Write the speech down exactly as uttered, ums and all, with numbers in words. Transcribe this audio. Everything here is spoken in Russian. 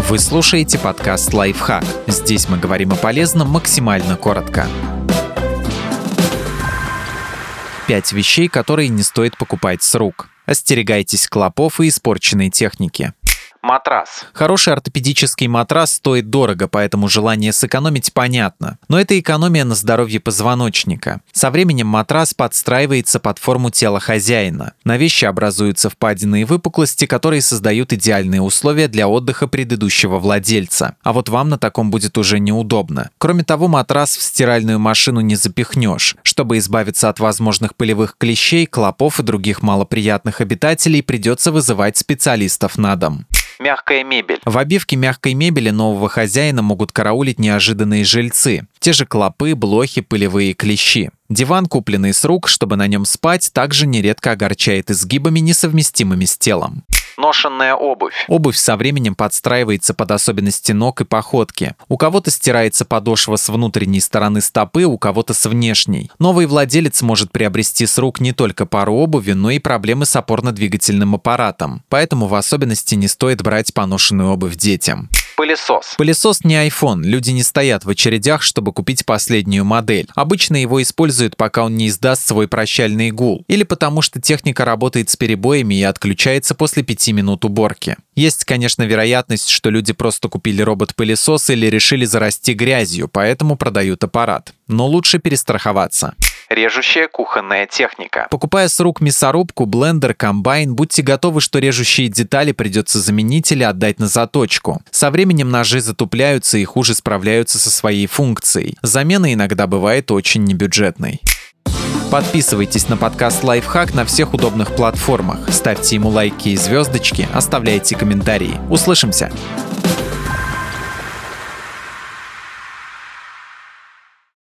Вы слушаете подкаст «Лайфхак». Здесь мы говорим о полезном максимально коротко. Пять вещей, которые не стоит покупать с рук. Остерегайтесь клопов и испорченной техники. Матрас. Хороший ортопедический матрас стоит дорого, поэтому желание сэкономить понятно. Но это экономия на здоровье позвоночника. Со временем матрас подстраивается под форму тела хозяина. На вещи образуются впадины и выпуклости, которые создают идеальные условия для отдыха предыдущего владельца. А вот вам на таком будет уже неудобно. Кроме того, матрас в стиральную машину не запихнешь. Чтобы избавиться от возможных пылевых клещей, клопов и других малоприятных обитателей, придется вызывать специалистов на дом. Мягкая мебель. В обивке мягкой мебели нового хозяина могут караулить неожиданные жильцы. Те же клопы, блохи, пылевые клещи. Диван, купленный с рук, чтобы на нем спать, также нередко огорчает изгибами, несовместимыми с телом. Ношенная обувь. Обувь со временем подстраивается под особенности ног и походки. У кого-то стирается подошва с внутренней стороны стопы, у кого-то с внешней. Новый владелец может приобрести с рук не только пару обуви, но и проблемы с опорно-двигательным аппаратом. Поэтому в особенности не стоит брать поношенную обувь детям. Пылесос. Пылесос не iPhone. Люди не стоят в очередях, чтобы купить последнюю модель. Обычно его используют, пока он не издаст свой прощальный гул. Или потому что техника работает с перебоями и отключается после пяти минут уборки. Есть, конечно, вероятность, что люди просто купили робот-пылесос или решили зарасти грязью, поэтому продают аппарат. Но лучше перестраховаться. Режущая кухонная техника. Покупая с рук мясорубку, блендер, комбайн, будьте готовы, что режущие детали придется заменить или отдать на заточку. Со временем ножи затупляются и хуже справляются со своей функцией. Замена иногда бывает очень небюджетной. Подписывайтесь на подкаст «Лайфхак» на всех удобных платформах. Ставьте ему лайки и звездочки, оставляйте комментарии. Услышимся!